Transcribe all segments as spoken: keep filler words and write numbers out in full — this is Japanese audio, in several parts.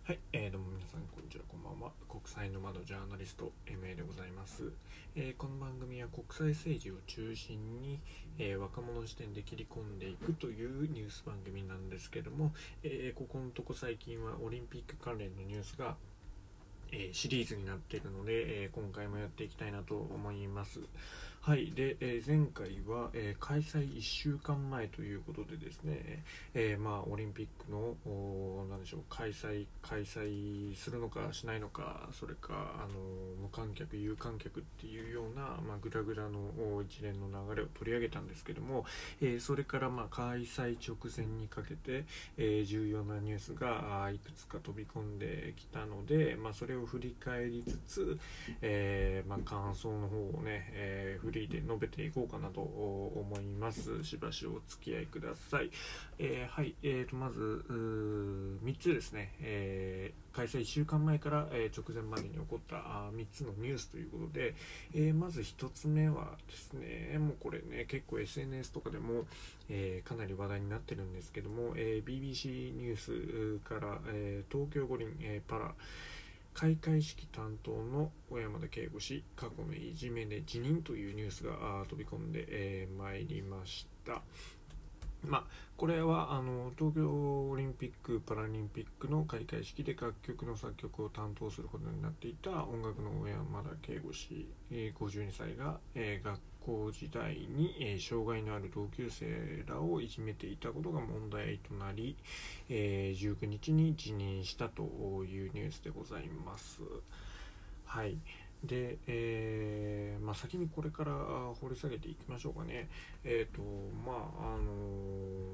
はい、えー、どうも皆さんこんにちは、こんばんは。国際の窓ジャーナリスト エムエー でございます。えー、この番組は国際政治を中心に、えー、若者視点で切り込んでいくというニュース番組なんですけども、えー、ここのとこ最近はオリンピック関連のニュースが、えー、シリーズになっているので、えー、今回もやっていきたいなと思います。はい。で、えー、前回は、えー、開催いっしゅうかんまえということでですね、えー、まあオリンピックのなんでしょう開催開催するのかしないのか、それかあの無観客有観客っていうような、まあ、グラグラの一連の流れを取り上げたんですけども、えー、それからまあ開催直前にかけて、えー、重要なニュースがいくつか飛び込んできたので、まあ、それを振り返りつつ、えーまあ、感想の方をね、えー、フリーで述べていこうかなと思います。しばしお付き合いください。えー、はい、えーとまずみっつですね、えー、開催いっしゅうかんまえから、えー、直前までに起こったあみっつのニュースということで、えー、まずひとつめはですね、もうこれね結構 エスエヌエス とかでも、えー、かなり話題になってるんですけども、えー、ビービーシー ニュースから、えー、東京五輪、えー、パラ開会式担当の小山田圭吾氏、過去のいじめで辞任というニュースが飛び込んでま、えー、いりました。まあ、これはあの東京オリンピック・パラリンピックの開会式で楽曲の作曲を担当することになっていた音楽の小山田圭吾氏、えー、ごじゅうにさいが、えー、学校時代に、えー、障害のある同級生らをいじめていたことが問題となり、えー、じゅうくにちに辞任したというニュースでございます。はい。で、えーまあ、先にこれから掘り下げていきましょうかね。えっ、ー、とまああのー、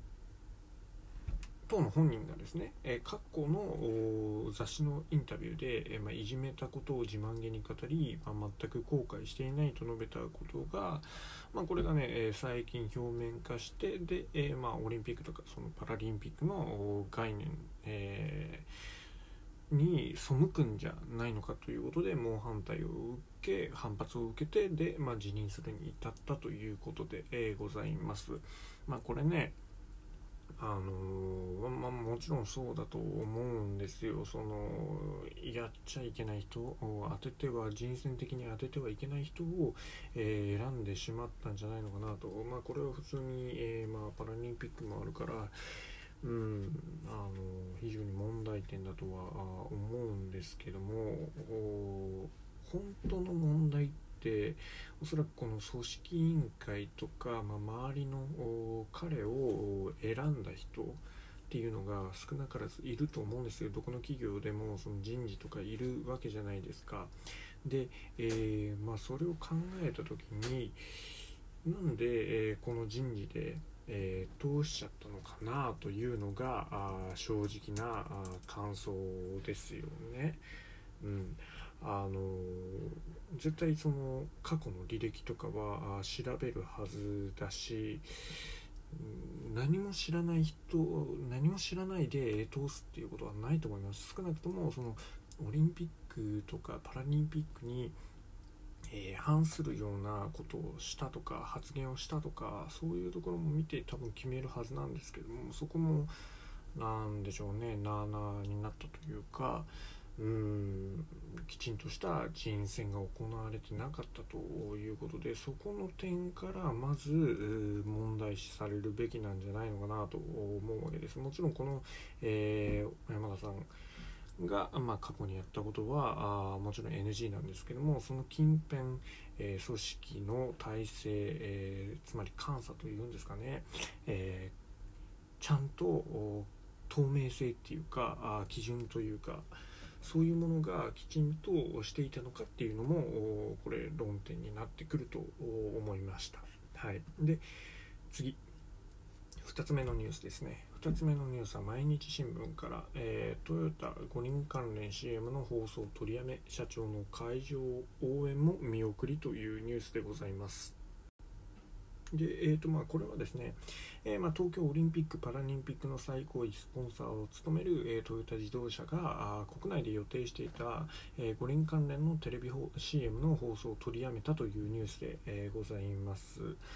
当の本人がですね、えー、過去の雑誌のインタビューで、えーまあ、いじめたことを自慢げに語り、まあ、全く後悔していないと述べたことが、まあ、これがね、えー、最近表面化してで、えーまあ、オリンピックとかそのパラリンピックの概念、えーに背くんじゃないのかということで猛反対を受け反発を受けてで、まあ、辞任するに至ったということで、えー、ございます。まあ、これねあのーまあ、もちろんそうだと思うんですよ。そのやっちゃいけない人を当てては人選的に当ててはいけない人を、えー、選んでしまったんじゃないのかなと。まあ、これは普通に、えーまあ、パラリンピックもあるからうん、あの非常に問題点だとは思うんですけども、本当の問題っておそらくこの組織委員会とか、まあ、周りの彼を選んだ人っていうのが少なからずいると思うんですよ。どこの企業でもその人事とかいるわけじゃないですか。で、えーまあ、それを考えた時になんで、えー、この人事でえー、通しちゃったのかなというのがあ正直なあ感想ですよね。うん、あのー、絶対その過去の履歴とかはあ調べるはずだし、何も知らない人何も知らないで通すっていうことはないと思います。少なくともそのオリンピックとかパラリンピックにえー、反するようなことをしたとか発言をしたとかそういうところも見て多分決めるはずなんですけども、そこもなんでしょうね、なあなあになったというか、うーんきちんとした人選が行われてなかったということで、そこの点からまず問題視されるべきなんじゃないのかなと思うわけです。もちろんこの、えー、山田さんが、まあ、過去にやったことはあもちろん エヌジー なんですけども、その近辺、えー、組織の体制、えー、つまり監査というんですかね、えー、ちゃんと透明性っていうかあ基準というかそういうものがきちんとしていたのかっていうのもこれ論点になってくると思いました。はい、で次ふたつめのニュースですね。ふたつめのニュースは毎日新聞から、えー、トヨタ五輪関連 シーエム の放送取りやめ、社長の会場応援も見送りというニュースでございます。でえーとまあ、これはですね、えーまあ、東京オリンピック・パラリンピックの最高位スポンサーを務める、えー、トヨタ自動車が国内で予定していた、えー、五輪関連のテレビ シーエム の放送を取りやめたというニュースで、えー、ございます。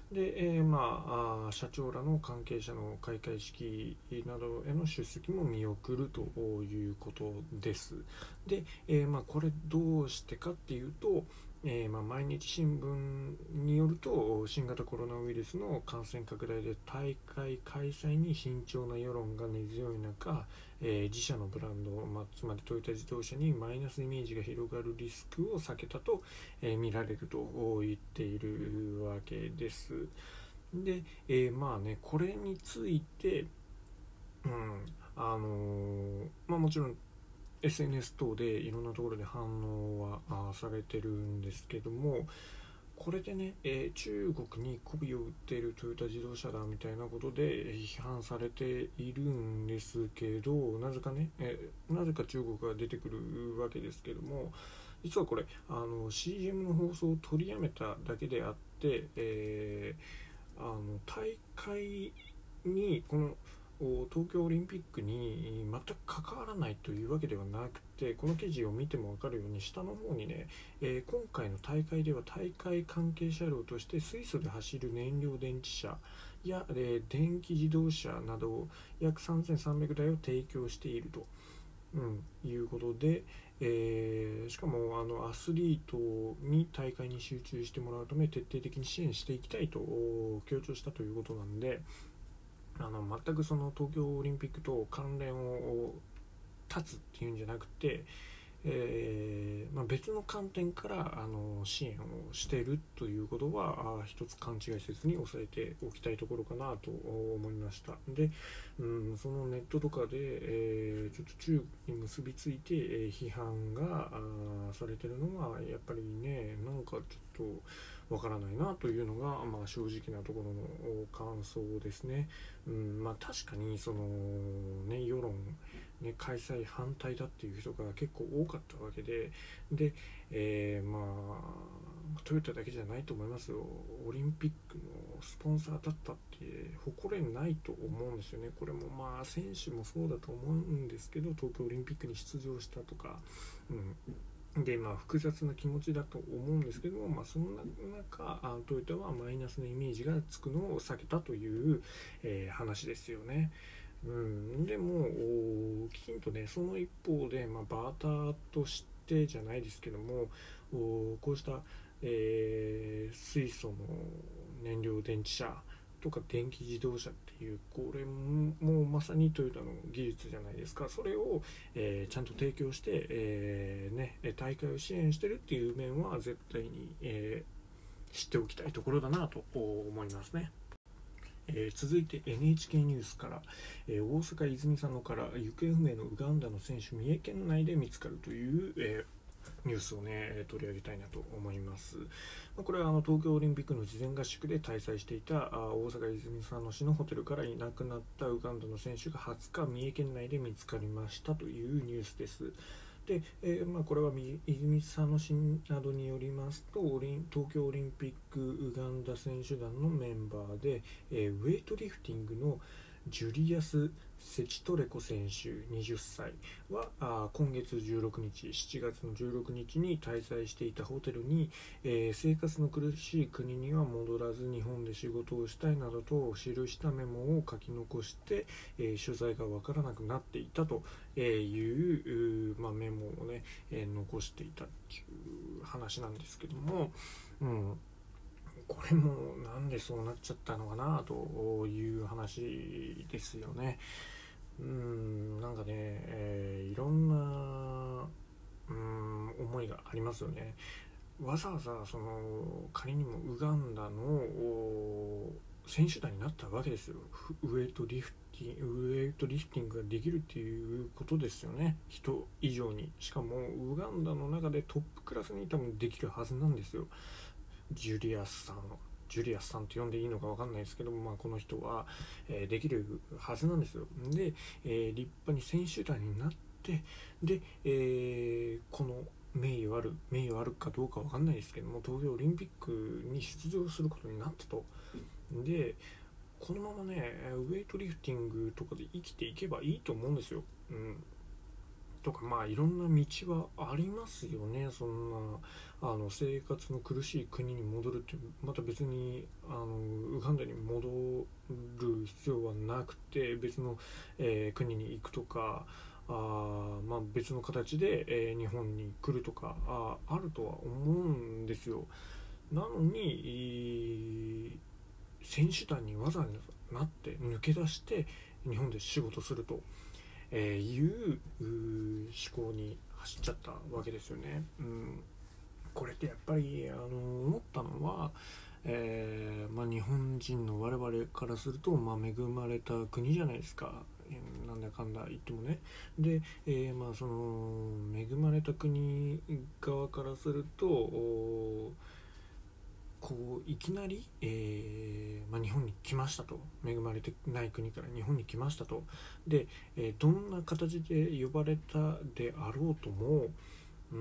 で、えー、まああ社長らの関係者の開会式などへの出席も見送るということです。で、えー、まあこれどうしてかっていうと、えーまあ、毎日新聞によると新型コロナウイルスの感染拡大で大会開催に慎重な世論が根強い中、えー、自社のブランド、まあ、つまりトヨタ自動車にマイナスイメージが広がるリスクを避けたと、えー、見られると言っているわけです。で、えー、まあねこれについて、うんあのーまあ、もちろんエスエヌエス 等でいろんなところで反応はされてるんですけども、これでね、えー、中国に媚びを売っているトヨタ自動車だみたいなことで批判されているんですけど、なぜかね、えー、なぜか中国が出てくるわけですけども、実はこれあの シーエム の放送を取りやめただけであって、えー、あの大会にこの東京オリンピックに全く関わらないというわけではなくて、この記事を見ても分かるように下の方にね、えー、今回の大会では大会関係車両として水素で走る燃料電池車や、えー、電気自動車など約さんぜんさんびゃくだいを提供していると、うん、いうことで、えー、しかもあのアスリートに大会に集中してもらうため徹底的に支援していきたいと強調したということなんで、あの全くその東京オリンピックと関連を断つっていうんじゃなくて、えーまあ、別の観点からあの支援をしているということは一つ勘違いせずに押さえておきたいところかなと思いました。で、うん、そのネットとかで、えー、ちょっと中国に結びついて、えー、批判がされているのはやっぱりね、なんかちょっとわからないなというのが、まあ、正直なところの感想ですね。うんまあ、確かにその、ね、世論ね、開催反対だっていう人が結構多かったわけで、で、えー、まあトヨタだけじゃないと思いますよ。オリンピックのスポンサーだったって誇れないと思うんですよね。これもまあ選手もそうだと思うんですけど、東京オリンピックに出場したとか、うん、でまあ複雑な気持ちだと思うんですけども、まあ、そんな中トヨタはマイナスのイメージがつくのを避けたという、えー、話ですよね。うん、でもきちんとねその一方で、まあ、バーターとしてじゃないですけどもこうした、えー、水素の燃料電池車とか電気自動車っていうこれももうまさにトヨタの技術じゃないですか。それを、えー、ちゃんと提供して、えーね、大会を支援してるっていう面は絶対に、えー、知っておきたいところだなと思いますね。えー、続いて エヌエイチケー ニュースから、えー、大阪泉佐野から行方不明のウガンダの選手三重県内で見つかるという、えー、ニュースをね取り上げたいなと思います。これはあの東京オリンピックの事前合宿で滞在していた大阪泉佐野市のホテルからいなくなったウガンダの選手がはつか三重県内で見つかりましたというニュースです。で、えーまあ、これは泉佐野市などによりますと東京オリンピックウガンダ選手団のメンバーで、えー、ウェイトリフティングのジュリアス・セチトレコ選手にじゅっさいはあ今月じゅうろくにちしちがつのじゅうろくにちに滞在していたホテルに、えー、生活の苦しい国には戻らず日本で仕事をしたいなどと記したメモを書き残して、えー、所在が分からなくなっていたという、まあ、メモをね、えー、残していたっていう話なんですけども、うんこれもなんでそうなっちゃったのかなという話ですよね。うーんなんかね、えー、いろんなうーん思いがありますよね。わざわざその仮にもウガンダの選手団になったわけですよ。ウェイトリフティウェイトリフティングができるっていうことですよね。人以上に、しかもウガンダの中でトップクラスに多分できるはずなんですよ。ジュリアスさんジュリアスさんと呼んでいいのか分かんないですけども、まあ、この人は、えー、できるはずなんですよ。で、えー、立派に選手団になってで、えー、この名誉ある名誉あるかどうか分かんないですけども東京オリンピックに出場することになったと。でこのままねウェイトリフティングとかで生きていけばいいと思うんですよ。うんとか、まあいろんな道はありますよね。そんなあの生活の苦しい国に戻るってまた別にあのウガンダに戻る必要はなくて、別の、えー国に行くとか、あー、まあ、別の形で、えー日本に来るとかああるとは思うんですよ。なのに、えー選手団にわざわざなって抜け出して日本で仕事すると、えーいう思考に走っちゃったわけですよね。うん、これってやっぱりあの思ったのは、えーまあ、日本人の我々からすると、まあ、恵まれた国じゃないですか。えーなんだかんだ言ってもね。で、えーまあ、その恵まれた国側からするとこういきなり、えーまあ、日本に来ましたと、恵まれてない国から日本に来ましたと。で、えーどんな形で呼ばれたであろうとも、うん、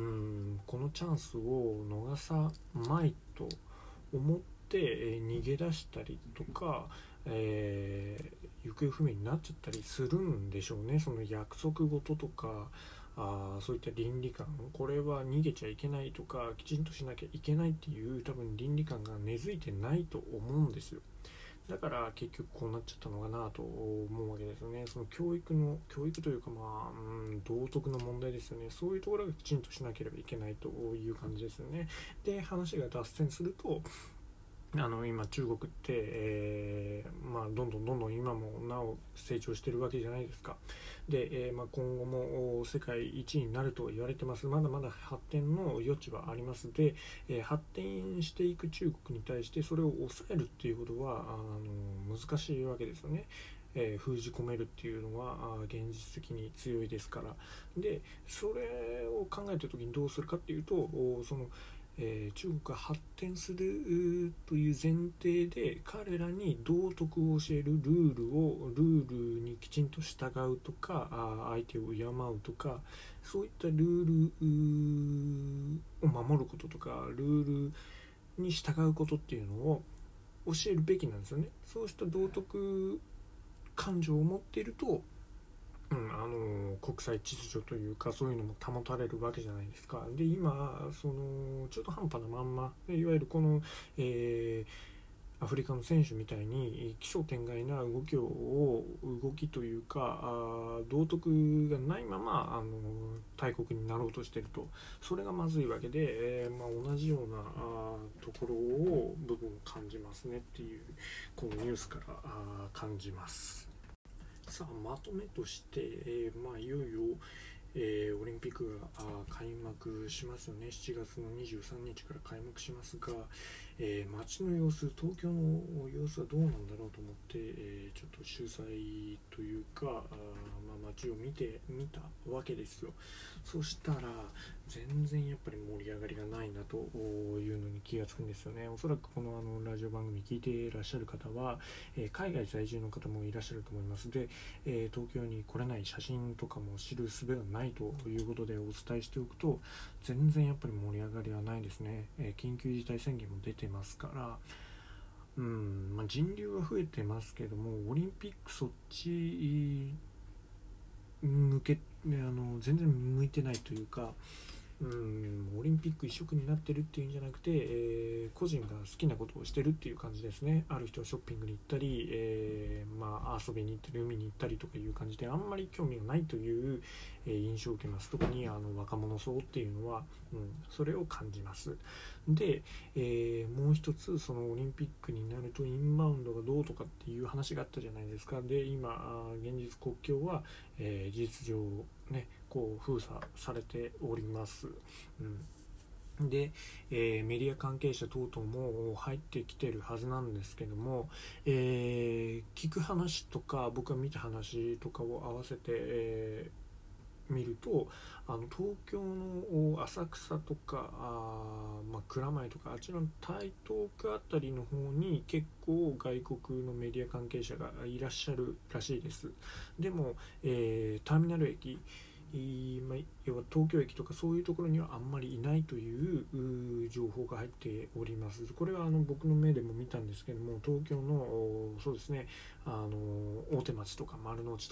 このチャンスを逃さまいと思って、えー逃げ出したりとか、えー行方不明になっちゃったりするんでしょうね。その約束事とか、あそういった倫理観、これは逃げちゃいけないとかきちんとしなきゃいけないっていう多分倫理観が根付いてないと思うんですよ。だから結局こうなっちゃったのかなと思うわけですよね。その教育の教育というか、まあ、うん、道徳の問題ですよね。そういうところがきちんとしなければいけないという感じですよね。で、話が脱線すると、あの今中国って、えーまあ、どんどんどんどん今もなお成長しているわけじゃないですか。で、えーまあ、今後も世界一になると言われてます。まだまだ発展の余地はありますで、えー発展していく中国に対してそれを抑えるっていうことはあの難しいわけですよね。えー封じ込めるっていうのはあ現実的に強いですから。でそれを考えた時にどうするかっていうと、おそのえー中国が発展するという前提で彼らに道徳を教えるルールをルールにきちんと従うとか、あ相手を敬うとか、そういったルールを守ることとかルールに従うことっていうのを教えるべきなんですよね。そうした道徳感情を持っていると、うん、あの国際秩序というかそういうのも保たれるわけじゃないですか。で今その中途半端なまんまいわゆるこの、えーアフリカの選手みたいに奇想天外な動きを動きというかあ道徳がないままあの大国になろうとしていると、それがまずいわけで、えーまあ、同じようなあところを部分を感じますねっていうこのニュースからあ感じます。さあまとめとして、えーまあ、いよいよ、えーオリンピックが開幕しますよね。しちがつのにじゅうさんにちから開幕しますが、えー街の様子、東京の様子はどうなんだろうと思って、えーちょっと取材というかあ、まあ、街を見てみたわけですよ。そしたら全然やっぱり盛り上がりがないなというのに気がつくんですよね。おそらくこのあのラジオ番組聞いていらっしゃる方は、えー海外在住の方もいらっしゃると思います。で、えー東京に来れない写真とかも知る術がないということでお伝えしておくと、全然やっぱり盛り上がりはないですね。えー緊急事態宣言も出てますから、うんまあ、人流は増えてますけどもオリンピックそっち向け、ね、あの全然向いてないというか、うんオリンピック一色になってるっていうんじゃなくて、えー個人が好きなことをしてるっていう感じですね。ある人はショッピングに行ったり、えーまあ、遊びに行ったり海に行ったりとかいう感じであんまり興味がないという、えー印象を受けます。特にあの若者層っていうのは、うん、それを感じます。で、えーもう一つそのオリンピックになるとインバウンドがどうとかっていう話があったじゃないですか。で今現実国境は、えー事実上ねこう封鎖されております。うん、で、えーメディア関係者等々も入ってきてるはずなんですけども、えー聞く話とか僕が見た話とかを合わせて、えー見るとあの東京の浅草とかあ、まあ、蔵前とかあちらの台東区あたりの方に結構外国のメディア関係者がいらっしゃるらしいです。でも、えーターミナル駅いまあ、要は東京駅とかそういうところにはあんまりいないというう情報が入っております。これはあの僕の目でも見たんですけども、東京のそうですねあの大手町とか丸の内とか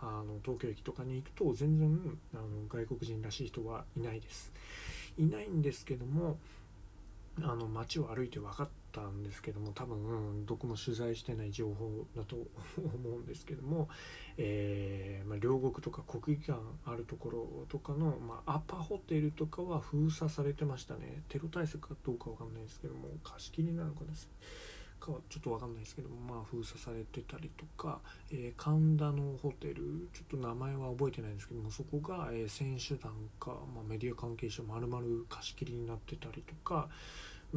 あの東京駅とかに行くと全然あの外国人らしい人はいないですいないんですけども、あの街を歩いて分かったんですけども、多分、うん、どこも取材してない情報だと思うんですけども、えーまあ、両国とか国技館あるところとかの、まあ、アパホテルとかは封鎖されてましたね。テロ対策かどうか分かんないですけども、貸し切りなのかですかはちょっと分かんないですけども、まあ、封鎖されてたりとか、えー、神田のホテル、ちょっと名前は覚えてないんですけども、そこが、えー、選手団か、まあ、メディア関係者丸々貸し切りになってたりとか、うん、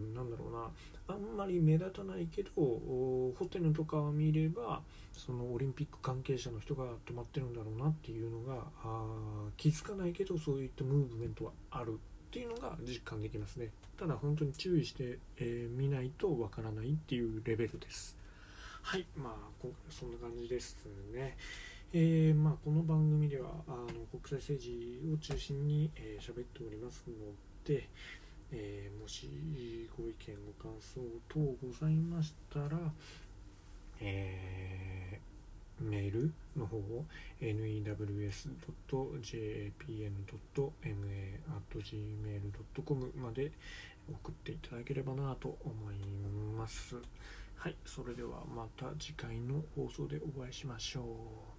なんだろうな、あんまり目立たないけどホテルとかを見ればそのオリンピック関係者の人が泊まってるんだろうなっていうのがあ気づかないけどそういったムーブメントはあるっていうのが実感できますね。ただ本当に注意して、えー、見ないとわからないっていうレベルです。はい、まあ今回はそんな感じですね。えーまあ、この番組ではあの国際政治を中心に喋、えー、っておりますので、えー、もしご意見ご感想等ございましたら、えー、メールの方を ネイダブリューエスドットジェーピーエヌドットエムエーアットジーメールドットコム まで送っていただければなと思います。はい、それではまた次回の放送でお会いしましょう。